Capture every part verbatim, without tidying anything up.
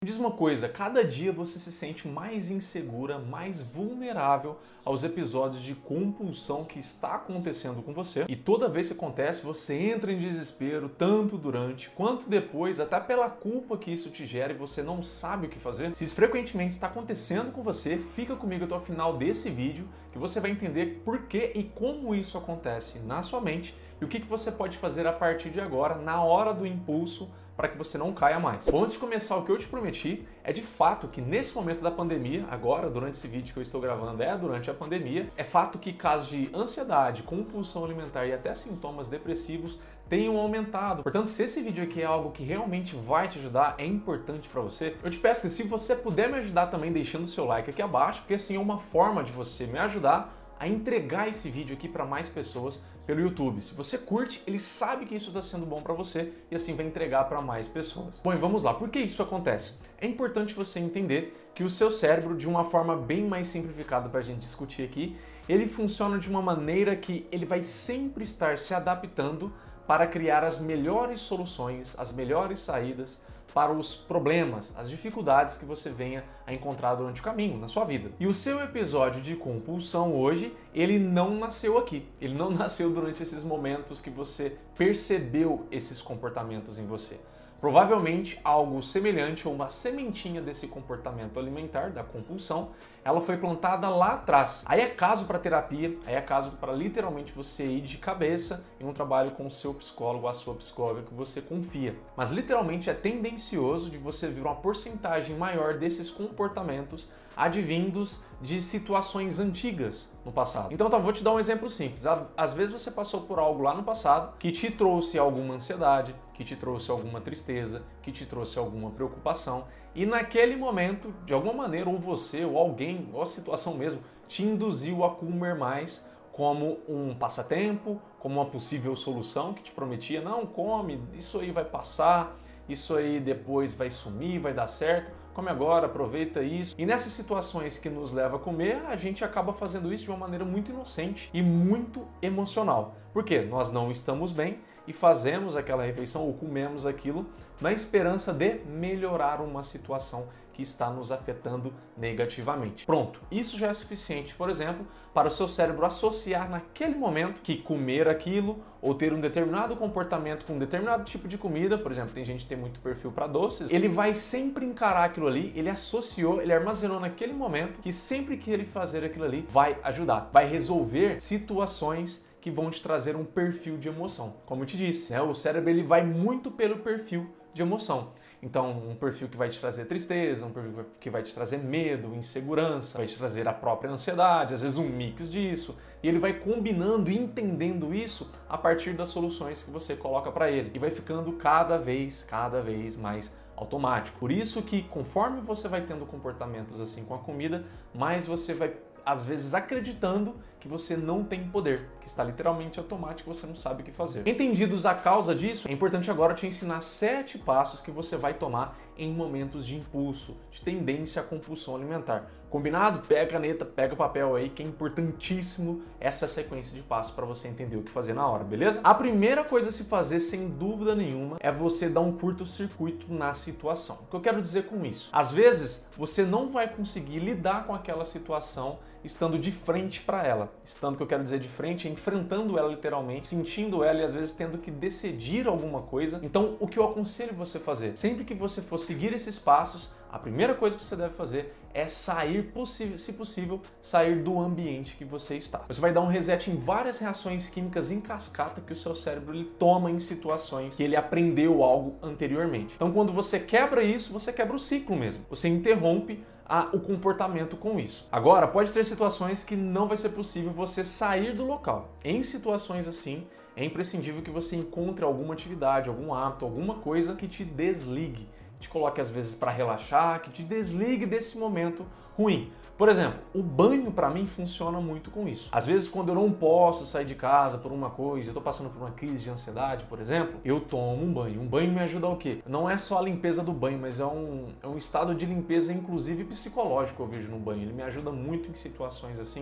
diz uma coisa, cada dia você se sente mais insegura, mais vulnerável aos episódios de compulsão que está acontecendo com você. E toda vez que acontece, você entra em desespero, tanto durante quanto depois, até pela culpa que isso te gera e você não sabe o que fazer. Se isso frequentemente está acontecendo com você, fica comigo até o final desse vídeo que você vai entender por que e como isso acontece na sua mente e o que você pode fazer a partir de agora, na hora do impulso, para que você não caia mais. Bom, antes de começar, o que eu te prometi é de fato que nesse momento da pandemia, agora, durante esse vídeo que eu estou gravando, é durante a pandemia, é fato que casos de ansiedade, compulsão alimentar e até sintomas depressivos tenham aumentado. Portanto, se esse vídeo aqui é algo que realmente vai te ajudar, é importante para você, eu te peço que se você puder me ajudar também deixando o seu like aqui abaixo, porque assim é uma forma de você me ajudar a entregar esse vídeo aqui para mais pessoas pelo YouTube. Se você curte, ele sabe que isso está sendo bom para você e assim vai entregar para mais pessoas. Bom, e vamos lá. Por que isso acontece? É importante você entender que o seu cérebro, de uma forma bem mais simplificada para a gente discutir aqui, ele funciona de uma maneira que ele vai sempre estar se adaptando para criar as melhores soluções, as melhores saídas para os problemas, as dificuldades que você venha a encontrar durante o caminho, na sua vida. E o seu episódio de compulsão hoje, ele não nasceu aqui. Ele não nasceu durante esses momentos que você percebeu esses comportamentos em você. Provavelmente algo semelhante ou uma sementinha desse comportamento alimentar, da compulsão, ela foi plantada lá atrás. Aí é caso para terapia, aí é caso para literalmente você ir de cabeça em um trabalho com o seu psicólogo, a sua psicóloga que você confia. Mas literalmente é tendencioso de você ver uma porcentagem maior desses comportamentos advindos de situações antigas no passado. Então, tá, vou te dar um exemplo simples. Às vezes você passou por algo lá no passado que te trouxe alguma ansiedade, que te trouxe alguma tristeza, que te trouxe alguma preocupação e naquele momento, de alguma maneira, ou você, ou alguém, ou a situação mesmo, te induziu a comer mais como um passatempo, como uma possível solução que te prometia, não, come, isso aí vai passar, isso aí depois vai sumir, vai dar certo, come agora, aproveita isso. E nessas situações que nos levam a comer, a gente acaba fazendo isso de uma maneira muito inocente e muito emocional. Por quê? Nós não estamos bem e fazemos aquela refeição ou comemos aquilo na esperança de melhorar uma situação que está nos afetando negativamente. Pronto, isso já é suficiente, por exemplo, para o seu cérebro associar naquele momento que comer aquilo ou ter um determinado comportamento com um determinado tipo de comida, por exemplo, tem gente que tem muito perfil para doces, ele vai sempre encarar aquilo ali, ele associou, ele armazenou naquele momento que sempre que ele fazer aquilo ali vai ajudar, vai resolver situações que vão te trazer um perfil de emoção. Como eu te disse, né, o cérebro ele vai muito pelo perfil de emoção. Então, um perfil que vai te trazer tristeza, um perfil que vai te trazer medo, insegurança, vai te trazer a própria ansiedade, às vezes um mix disso. E ele vai combinando e entendendo isso a partir das soluções que você coloca para ele. E vai ficando cada vez, cada vez mais automático. Por isso que conforme você vai tendo comportamentos assim com a comida, mais você vai às vezes acreditando que você não tem poder, que está literalmente automático e você não sabe o que fazer. Entendidos a causa disso, é importante agora te ensinar sete passos que você vai tomar em momentos de impulso, de tendência à compulsão alimentar. Combinado? Pega a caneta, pega o papel aí, que é importantíssimo essa sequência de passos para você entender o que fazer na hora, beleza? A primeira coisa a se fazer, sem dúvida nenhuma, é você dar um curto-circuito na situação. O que eu quero dizer com isso? Às vezes, você não vai conseguir lidar com aquela situação estando de frente para ela. Estando, que eu quero dizer de frente, é enfrentando ela literalmente, sentindo ela e às vezes tendo que decidir alguma coisa. Então, o que eu aconselho você fazer? Sempre que você for seguir esses passos, a primeira coisa que você deve fazer é sair, se possível, sair do ambiente que você está. Você vai dar um reset em várias reações químicas em cascata que o seu cérebro ele toma em situações que ele aprendeu algo anteriormente. Então, quando você quebra isso, você quebra o ciclo mesmo. Você interrompe a, o comportamento com isso. Agora, pode ter situações que não vai ser possível você sair do local. Em situações assim, é imprescindível que você encontre alguma atividade, algum hábito, alguma coisa que te desligue, te coloque às vezes para relaxar, que te desligue desse momento ruim. Por exemplo, o banho para mim funciona muito com isso. Às vezes quando eu não posso sair de casa por uma coisa, eu tô passando por uma crise de ansiedade, por exemplo, eu tomo um banho. Um banho me ajuda o quê? Não é só a limpeza do banho, mas é um, é um estado de limpeza inclusive psicológico que eu vejo no banho. Ele me ajuda muito em situações assim.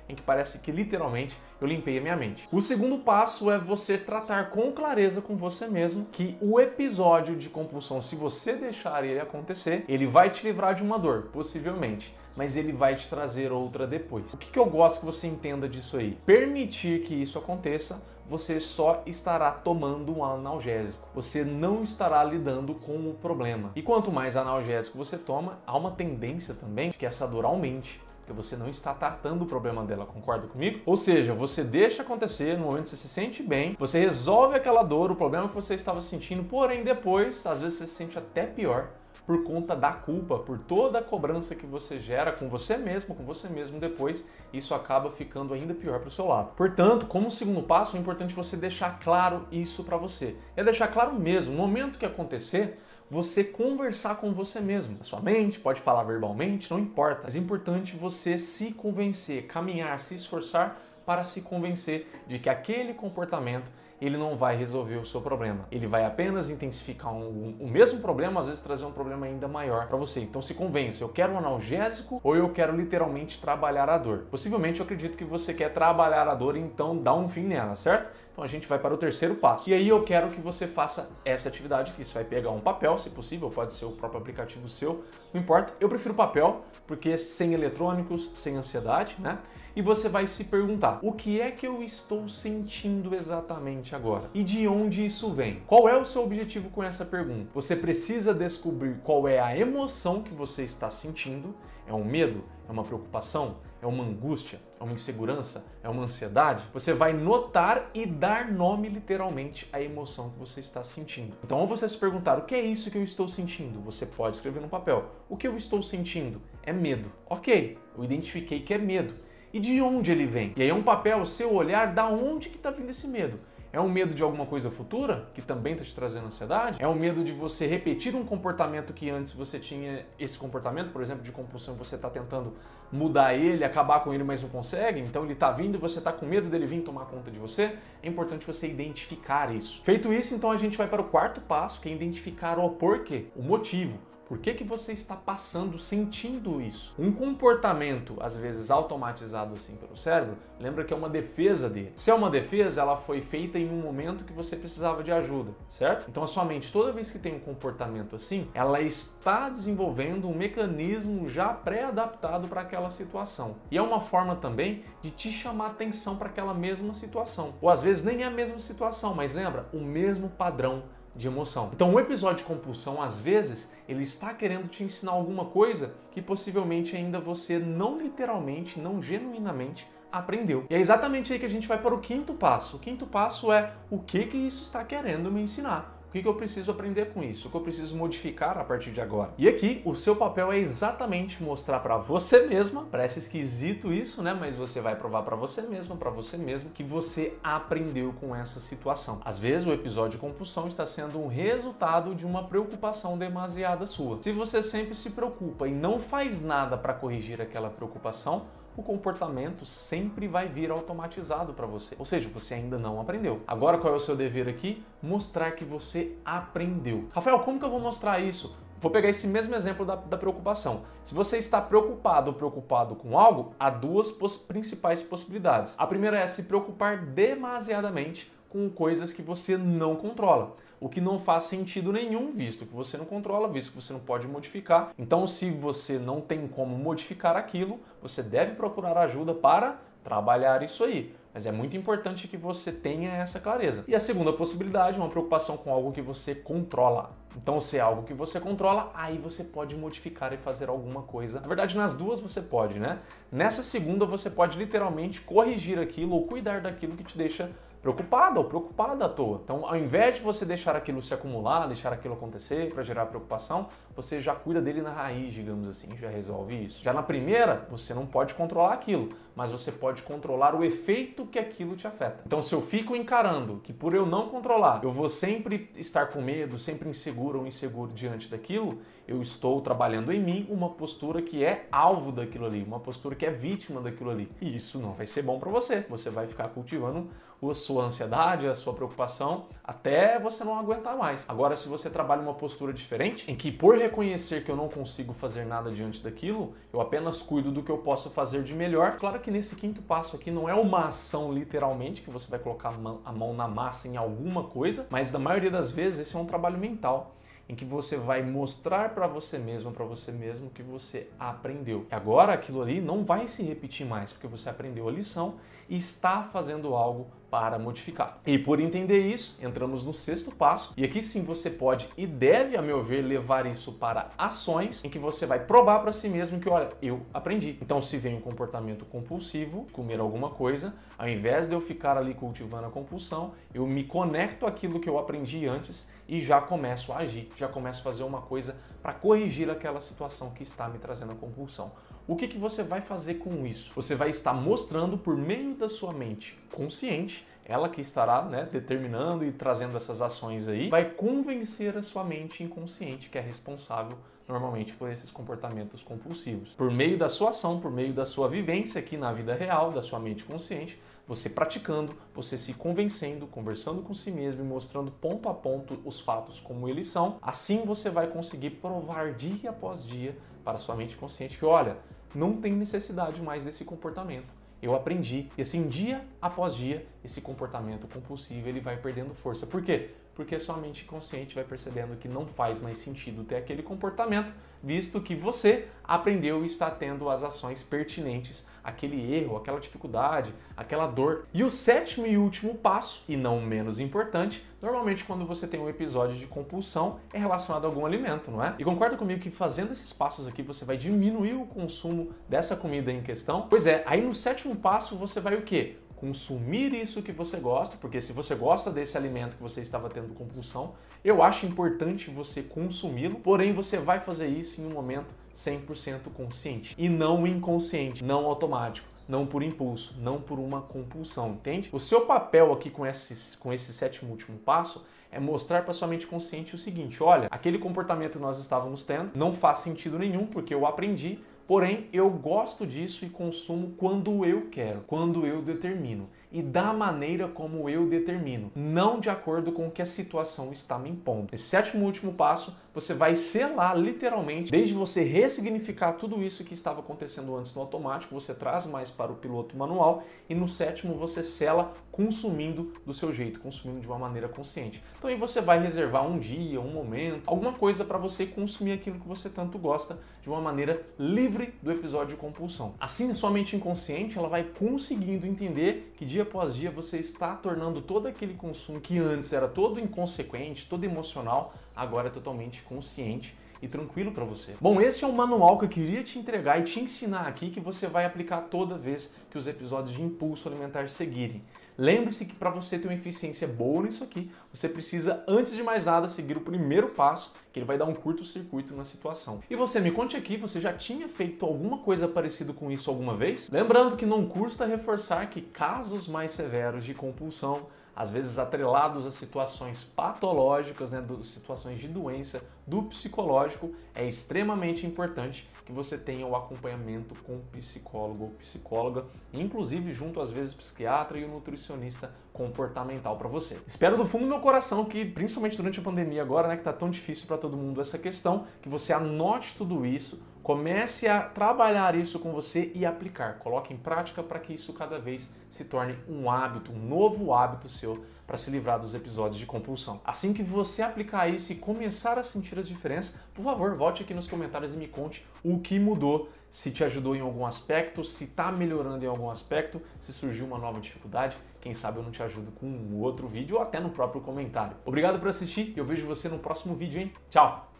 em que parece que literalmente eu limpei a minha mente. O segundo passo é você tratar com clareza com você mesmo que o episódio de compulsão, se você deixar ele acontecer, ele vai te livrar de uma dor, possivelmente, mas ele vai te trazer outra depois. O que, que eu gosto que você entenda disso aí? Permitir que isso aconteça, você só estará tomando um analgésico. Você não estará lidando com o problema. E quanto mais analgésico você toma, há uma tendência também de que essa dor aumente, porque você não está tratando o problema dela, concorda comigo? Ou seja, você deixa acontecer, no momento que você se sente bem, você resolve aquela dor, o problema que você estava sentindo, porém depois, às vezes você se sente até pior, por conta da culpa, por toda a cobrança que você gera com você mesmo, com você mesmo depois, isso acaba ficando ainda pior para o seu lado. Portanto, como segundo passo, é importante você deixar claro isso para você. É deixar claro mesmo, no momento que acontecer, você conversar com você mesmo. A sua mente pode falar verbalmente, não importa, mas é importante você se convencer, caminhar, se esforçar para se convencer de que aquele comportamento ele não vai resolver o seu problema. Ele vai apenas intensificar um, um, o mesmo problema, às vezes trazer um problema ainda maior para você. Então se convence, eu quero um analgésico ou eu quero literalmente trabalhar a dor. Possivelmente eu acredito que você quer trabalhar a dor e então dar um fim nela, certo? Então a gente vai para o terceiro passo. E aí eu quero que você faça essa atividade, que você vai pegar um papel, se possível, pode ser o próprio aplicativo seu, não importa. Eu prefiro papel, porque sem eletrônicos, sem ansiedade, né? E você vai se perguntar, o que é que eu estou sentindo exatamente agora? E de onde isso vem? Qual é o seu objetivo com essa pergunta? Você precisa descobrir qual é a emoção que você está sentindo. É um medo? É uma preocupação? É uma angústia? É uma insegurança? É uma ansiedade? Você vai notar e dar nome literalmente à emoção que você está sentindo. Então, ao você se perguntar, o que é isso que eu estou sentindo? Você pode escrever no papel. O que eu estou sentindo? É medo. Ok, eu identifiquei que é medo. E de onde ele vem? E aí é um papel, o seu olhar, da onde que está vindo esse medo? É um medo de alguma coisa futura, que também está te trazendo ansiedade? É um medo de você repetir um comportamento que antes você tinha esse comportamento, por exemplo, de compulsão, você está tentando mudar ele, acabar com ele, mas não consegue? Então ele está vindo e você está com medo dele vir tomar conta de você? É importante você identificar isso. Feito isso, então a gente vai para o quarto passo, que é identificar o porquê, o motivo. Por que que você está passando, sentindo isso? Um comportamento, às vezes automatizado assim pelo cérebro, lembra que é uma defesa dele. Se é uma defesa, ela foi feita em um momento que você precisava de ajuda, certo? Então a sua mente, toda vez que tem um comportamento assim, ela está desenvolvendo um mecanismo já pré-adaptado para aquela situação. E é uma forma também de te chamar atenção para aquela mesma situação. Ou às vezes nem é a mesma situação, mas lembra, o mesmo padrão de emoção. Então, um episódio de compulsão, às vezes, ele está querendo te ensinar alguma coisa que possivelmente ainda você não literalmente, não genuinamente aprendeu. E é exatamente aí que a gente vai para o quinto passo. O quinto passo é o que que isso está querendo me ensinar. O que que eu preciso aprender com isso? O que eu preciso modificar a partir de agora? E aqui, o seu papel é exatamente mostrar para você mesma, parece esquisito isso, né? Mas você vai provar para você mesma, para você mesmo, que você aprendeu com essa situação. Às vezes, o episódio de compulsão está sendo um resultado de uma preocupação demasiada sua. Se você sempre se preocupa e não faz nada para corrigir aquela preocupação, o comportamento sempre vai vir automatizado para você. Ou seja, você ainda não aprendeu. Agora, qual é o seu dever aqui? Mostrar que você aprendeu. Rafael, como que eu vou mostrar isso? Vou pegar esse mesmo exemplo da, da preocupação. Se você está preocupado ou preocupado com algo, há duas poss- principais possibilidades. A primeira é se preocupar demasiadamente com coisas que você não controla. O que não faz sentido nenhum, visto que você não controla, visto que você não pode modificar. Então, se você não tem como modificar aquilo, você deve procurar ajuda para trabalhar isso aí. Mas é muito importante que você tenha essa clareza. E a segunda possibilidade, uma preocupação com algo que você controla. Então, se é algo que você controla, aí você pode modificar e fazer alguma coisa. Na verdade, nas duas você pode, né? Nessa segunda, você pode literalmente corrigir aquilo ou cuidar daquilo que te deixa preocupado ou preocupada à toa. Então, ao invés de você deixar aquilo se acumular, deixar aquilo acontecer para gerar preocupação, você já cuida dele na raiz, digamos assim, já resolve isso. Já na primeira, você não pode controlar aquilo, mas você pode controlar o efeito que aquilo te afeta. Então, se eu fico encarando que por eu não controlar, eu vou sempre estar com medo, sempre inseguro ou inseguro diante daquilo, eu estou trabalhando em mim uma postura que é alvo daquilo ali, uma postura que é vítima daquilo ali. E isso não vai ser bom para você. Você vai ficar cultivando a sua ansiedade, a sua preocupação, até você não aguentar mais. Agora, se você trabalha uma postura diferente, em que por reconhecer que eu não consigo fazer nada diante daquilo, eu apenas cuido do que eu posso fazer de melhor. Claro que nesse quinto passo aqui não é uma ação literalmente, que você vai colocar a mão na massa em alguma coisa, mas na maioria das vezes esse é um trabalho mental, em que você vai mostrar para você mesmo, para você mesmo que você aprendeu. E agora aquilo ali não vai se repetir mais, porque você aprendeu a lição e está fazendo algo para modificar. E por entender isso, entramos no sexto passo, e aqui sim você pode e deve, a meu ver, levar isso para ações em que você vai provar para si mesmo que, olha, eu aprendi. Então, se vem um comportamento compulsivo, comer alguma coisa, ao invés de eu ficar ali cultivando a compulsão, eu me conecto àquilo que eu aprendi antes e já começo a agir, já começo a fazer uma coisa para corrigir aquela situação que está me trazendo a compulsão. O que que você vai fazer com isso? Você vai estar mostrando por meio da sua mente consciente, ela que estará, né, determinando e trazendo essas ações aí, vai convencer a sua mente inconsciente, que é responsável normalmente por esses comportamentos compulsivos. Por meio da sua ação, por meio da sua vivência aqui na vida real, da sua mente consciente, você praticando, você se convencendo, conversando com si mesmo e mostrando ponto a ponto os fatos como eles são, assim você vai conseguir provar dia após dia para a sua mente consciente que, olha, não tem necessidade mais desse comportamento. Eu aprendi, e assim, dia após dia, esse comportamento compulsivo ele vai perdendo força. Por quê? Porque a sua mente consciente vai percebendo que não faz mais sentido ter aquele comportamento, visto que você aprendeu e está tendo as ações pertinentes àquele erro, aquela dificuldade, aquela dor. E o sétimo e último passo, e não menos importante, normalmente quando você tem um episódio de compulsão, é relacionado a algum alimento, não é? E concorda comigo que fazendo esses passos aqui, você vai diminuir o consumo dessa comida em questão? Pois é, aí no sétimo passo você vai o quê? Consumir isso que você gosta, porque se você gosta desse alimento que você estava tendo compulsão, eu acho importante você consumi-lo, porém você vai fazer isso em um momento cem por cento consciente e não inconsciente, não automático, não por impulso, não por uma compulsão, entende? O seu papel aqui com esse, com esse sétimo último passo é mostrar para sua mente consciente o seguinte, olha, aquele comportamento que nós estávamos tendo não faz sentido nenhum, porque eu aprendi, porém, eu gosto disso e consumo quando eu quero, quando eu determino e da maneira como eu determino, não de acordo com o que a situação está me impondo. Esse sétimo e último passo, você vai selar literalmente, desde você ressignificar tudo isso que estava acontecendo antes no automático, você traz mais para o piloto manual e no sétimo você sela consumindo do seu jeito, consumindo de uma maneira consciente. Então aí você vai reservar um dia, um momento, alguma coisa para você consumir aquilo que você tanto gosta de uma maneira livre do episódio de compulsão. Assim, a sua mente inconsciente ela vai conseguindo entender que dia após dia você está tornando todo aquele consumo que antes era todo inconsequente, todo emocional, agora é totalmente consciente e tranquilo para você. Bom, esse é um manual que eu queria te entregar e te ensinar aqui que você vai aplicar toda vez que os episódios de impulso alimentar seguirem. Lembre-se que para você ter uma eficiência boa nisso aqui, você precisa, antes de mais nada, seguir o primeiro passo, que ele vai dar um curto-circuito na situação. E você, me conte aqui, você já tinha feito alguma coisa parecida com isso alguma vez? Lembrando que não custa reforçar que casos mais severos de compulsão, às vezes atrelados a situações patológicas, né, do, situações de doença do psicológico, é extremamente importante que você tenha o acompanhamento com psicólogo ou psicóloga, inclusive junto às vezes psiquiatra e o nutricionista comportamental para você. Espero do fundo do meu coração que, principalmente durante a pandemia agora, né, que tá tão difícil para todo mundo essa questão, que você anote tudo isso, comece a trabalhar isso com você e aplicar. Coloque em prática para que isso cada vez se torne um hábito, um novo hábito seu para se livrar dos episódios de compulsão. Assim que você aplicar isso e começar a sentir as diferenças, por favor, volte aqui nos comentários e me conte o que mudou, se te ajudou em algum aspecto, se está melhorando em algum aspecto, se surgiu uma nova dificuldade. Quem sabe eu não te ajudo com um outro vídeo ou até no próprio comentário. Obrigado por assistir e eu vejo você no próximo vídeo, hein? Tchau!